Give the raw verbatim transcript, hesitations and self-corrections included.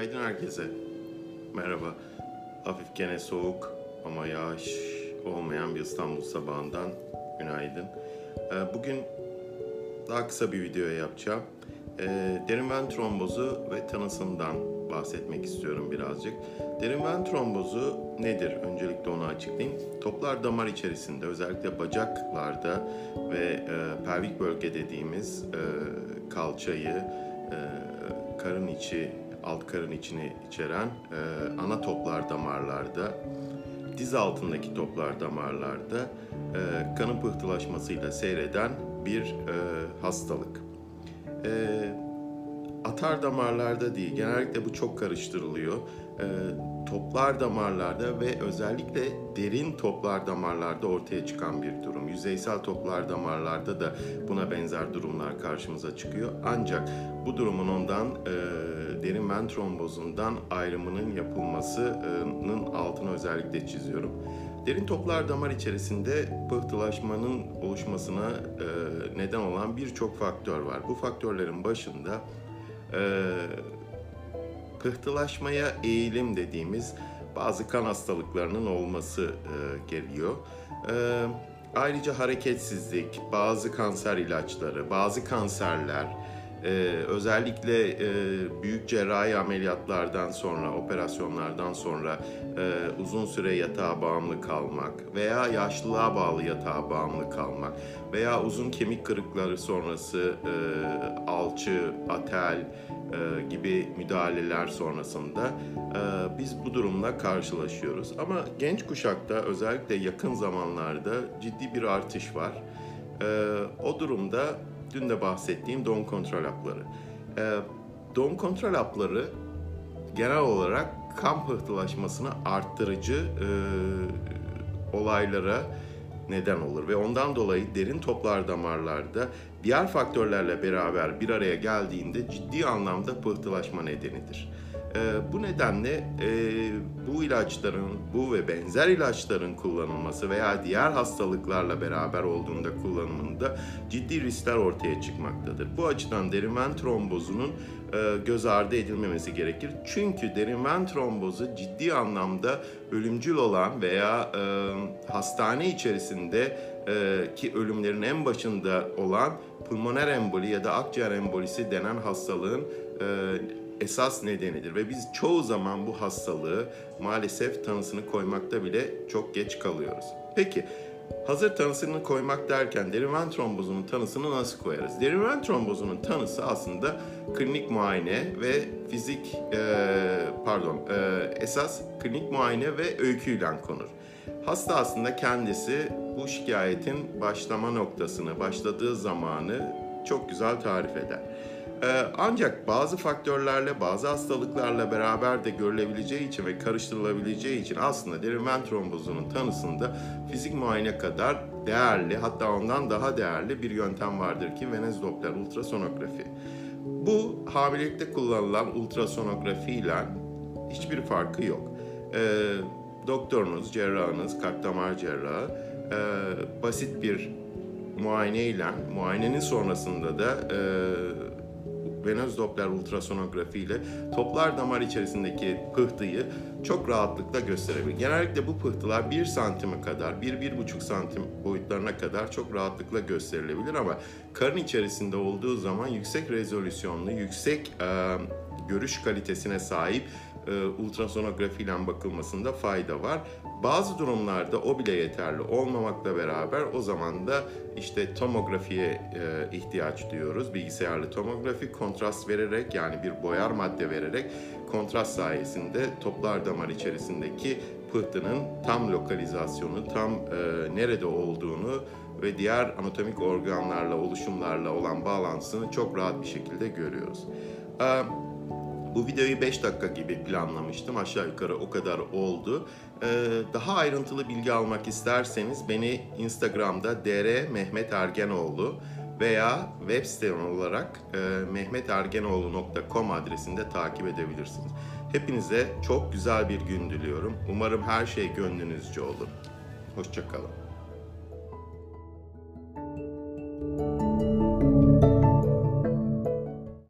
Günaydın herkese. Merhaba. Hafif gene soğuk ama yağış olmayan bir İstanbul sabahından günaydın. Bugün daha kısa bir video yapacağım. Derin ven trombozu ve tanısından bahsetmek istiyorum birazcık. Derin ven trombozu nedir? Öncelikle onu açıklayayım. Toplar damar içerisinde, özellikle bacaklarda ve pelvik bölge dediğimiz kalçayı, karın içi, alt karın içini içeren e, ana toplar damarlarda, diz altındaki toplar damarlarda e, kanın pıhtılaşmasıyla seyreden bir e, hastalık. E, atar damarlarda değil, genellikle bu çok karıştırılıyor. E, toplar damarlarda ve özellikle derin toplar damarlarda ortaya çıkan bir durum. Yüzeysel toplar damarlarda da buna benzer durumlar karşımıza çıkıyor. Ancak bu durumun ondan e, derin ven trombozundan ayrımının yapılmasının altını özellikle çiziyorum. Derin toplar damar içerisinde pıhtılaşmanın oluşmasına e, neden olan birçok faktör var. Bu faktörlerin başında e, pıhtılaşmaya eğilim dediğimiz bazı kan hastalıklarının olması e, geliyor. E, ayrıca hareketsizlik, bazı kanser ilaçları, bazı kanserler, Ee, özellikle e, büyük cerrahi ameliyatlardan sonra, operasyonlardan sonra e, uzun süre yatağa bağımlı kalmak veya yaşlılığa bağlı yatağa bağımlı kalmak veya uzun kemik kırıkları sonrası e, alçı, atel e, gibi müdahaleler sonrasında e, biz bu durumla karşılaşıyoruz. Ama genç kuşakta özellikle yakın zamanlarda ciddi bir artış var. E, o durumda dün de bahsettiğim doğum kontrol hapları. Ee, doğum kontrol hapları genel olarak kan pıhtılaşmasını arttırıcı e, olaylara neden olur ve ondan dolayı derin toplar damarlarda diğer faktörlerle beraber bir araya geldiğinde ciddi anlamda pıhtılaşma nedenidir. Ee, bu nedenle e, bu ilaçların, bu ve benzer ilaçların kullanılması veya diğer hastalıklarla beraber olduğunda kullanımında ciddi riskler ortaya çıkmaktadır. Bu açıdan derin ven trombozunun e, göz ardı edilmemesi gerekir. Çünkü derin ven trombozu ciddi anlamda ölümcül olan veya e, hastane içerisinde e, ki ölümlerin en başında olan pulmoner emboli ya da akciğer embolisi denen hastalığın e, esas nedenidir ve biz çoğu zaman bu hastalığı maalesef tanısını koymakta bile çok geç kalıyoruz. Peki, hazır tanısını koymak derken derin ven trombozunun tanısını nasıl koyarız? Derin ven trombozunun tanısı aslında klinik muayene ve fizik, e, pardon, e, esas klinik muayene ve öyküyle konur. Hasta aslında kendisi bu şikayetin başlama noktasını, başladığı zamanı çok güzel tarif eder. Ancak bazı faktörlerle, bazı hastalıklarla beraber de görülebileceği için ve karıştırılabileceği için aslında derin ven trombozunun tanısında fizik muayene kadar değerli, hatta ondan daha değerli bir yöntem vardır ki venöz doppler ultrasonografi. Bu hamilelikte kullanılan ultrasonografi ile hiçbir farkı yok. E, doktorunuz, cerrahınız, kalp damar cerrahı e, basit bir muayene ile, muayenenin sonrasında da e, venöz doppler ultrasonografi ile toplar damar içerisindeki pıhtıyı çok rahatlıkla gösterebilir. Genellikle bu pıhtılar bir santime kadar, bir bir buçuk santim boyutlarına kadar çok rahatlıkla gösterilebilir ama karın içerisinde olduğu zaman yüksek rezolüsyonlu, yüksek e, görüş kalitesine sahip e, ultrasonografi ile bakılmasında fayda var. Bazı durumlarda o bile yeterli olmamakla beraber o zaman da işte tomografiye e, ihtiyaç duyuyoruz. Bilgisayarlı tomografi kontrast vererek, yani bir boyar madde vererek kontrast sayesinde toplar damar içerisindeki pıhtının tam lokalizasyonu, tam e, nerede olduğunu ve diğer anatomik organlarla, oluşumlarla olan bağlantısını çok rahat bir şekilde görüyoruz. E, Bu videoyu beş dakika gibi planlamıştım. Aşağı yukarı o kadar oldu. Ee, daha ayrıntılı bilgi almak isterseniz beni Instagram'da dr mehmet ergenoğlu veya web sitem olarak e, mehmet ergenoğlu nokta com adresinde takip edebilirsiniz. Hepinize çok güzel bir gün diliyorum. Umarım her şey gönlünüzce olur. Hoşça kalın.